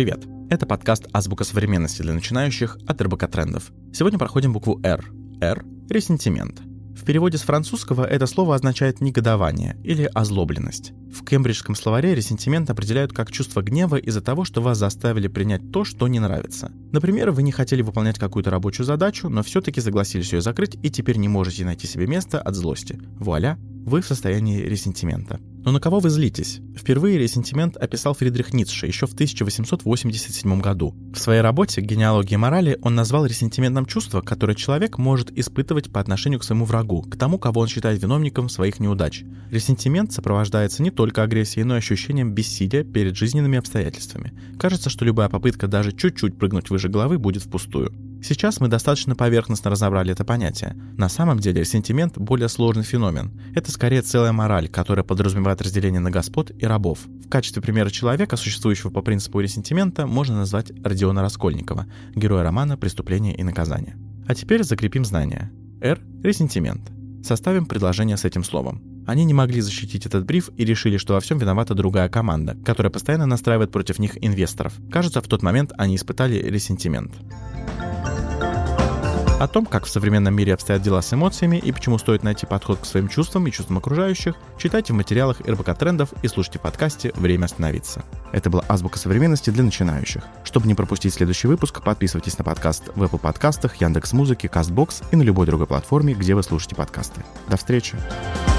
Привет! Это подкаст «Азбука современности» для начинающих от РБК Трендов. Сегодня проходим букву «Р». «Р» — ресентимент. В переводе с французского это слово означает негодование или озлобленность. В кембриджском словаре ресентимент определяют как чувство гнева из-за того, что вас заставили принять то, что не нравится. Например, вы не хотели выполнять какую-то рабочую задачу, но все-таки согласились ее закрыть и теперь не можете найти себе места от злости. Вуаля! Вы в состоянии ресентимента. Но на кого вы злитесь? Впервые ресентимент описал Фридрих Ницше еще в 1887 году. В своей работе «Генеалогия морали» он назвал ресентиментом чувство, которое человек может испытывать по отношению к своему врагу, к тому, кого он считает виновником своих неудач. Ресентимент сопровождается не только агрессией, но и ощущением бессилия перед жизненными обстоятельствами. Кажется, что любая попытка даже чуть-чуть прыгнуть выше головы будет впустую. Сейчас мы достаточно поверхностно разобрали это понятие. На самом деле ресентимент – более сложный феномен. Это скорее целая мораль, которая подразумевает разделение на господ и рабов. В качестве примера человека, существующего по принципу ресентимента, можно назвать Родиона Раскольникова, героя романа «Преступление и наказание». А теперь закрепим знания. «Р» – ресентимент. Составим предложение с этим словом. Они не могли защитить этот бриф и решили, что во всем виновата другая команда, которая постоянно настраивает против них инвесторов. Кажется, в тот момент они испытали ресентимент. О том, как в современном мире обстоят дела с эмоциями и почему стоит найти подход к своим чувствам и чувствам окружающих, читайте в материалах РБК Трендов и слушайте в подкасте «Время остановиться». Это была «Азбука современности» для начинающих. Чтобы не пропустить следующий выпуск, подписывайтесь на подкаст в Apple подкастах, Яндекс.Музыке, Castbox и на любой другой платформе, где вы слушаете подкасты. До встречи!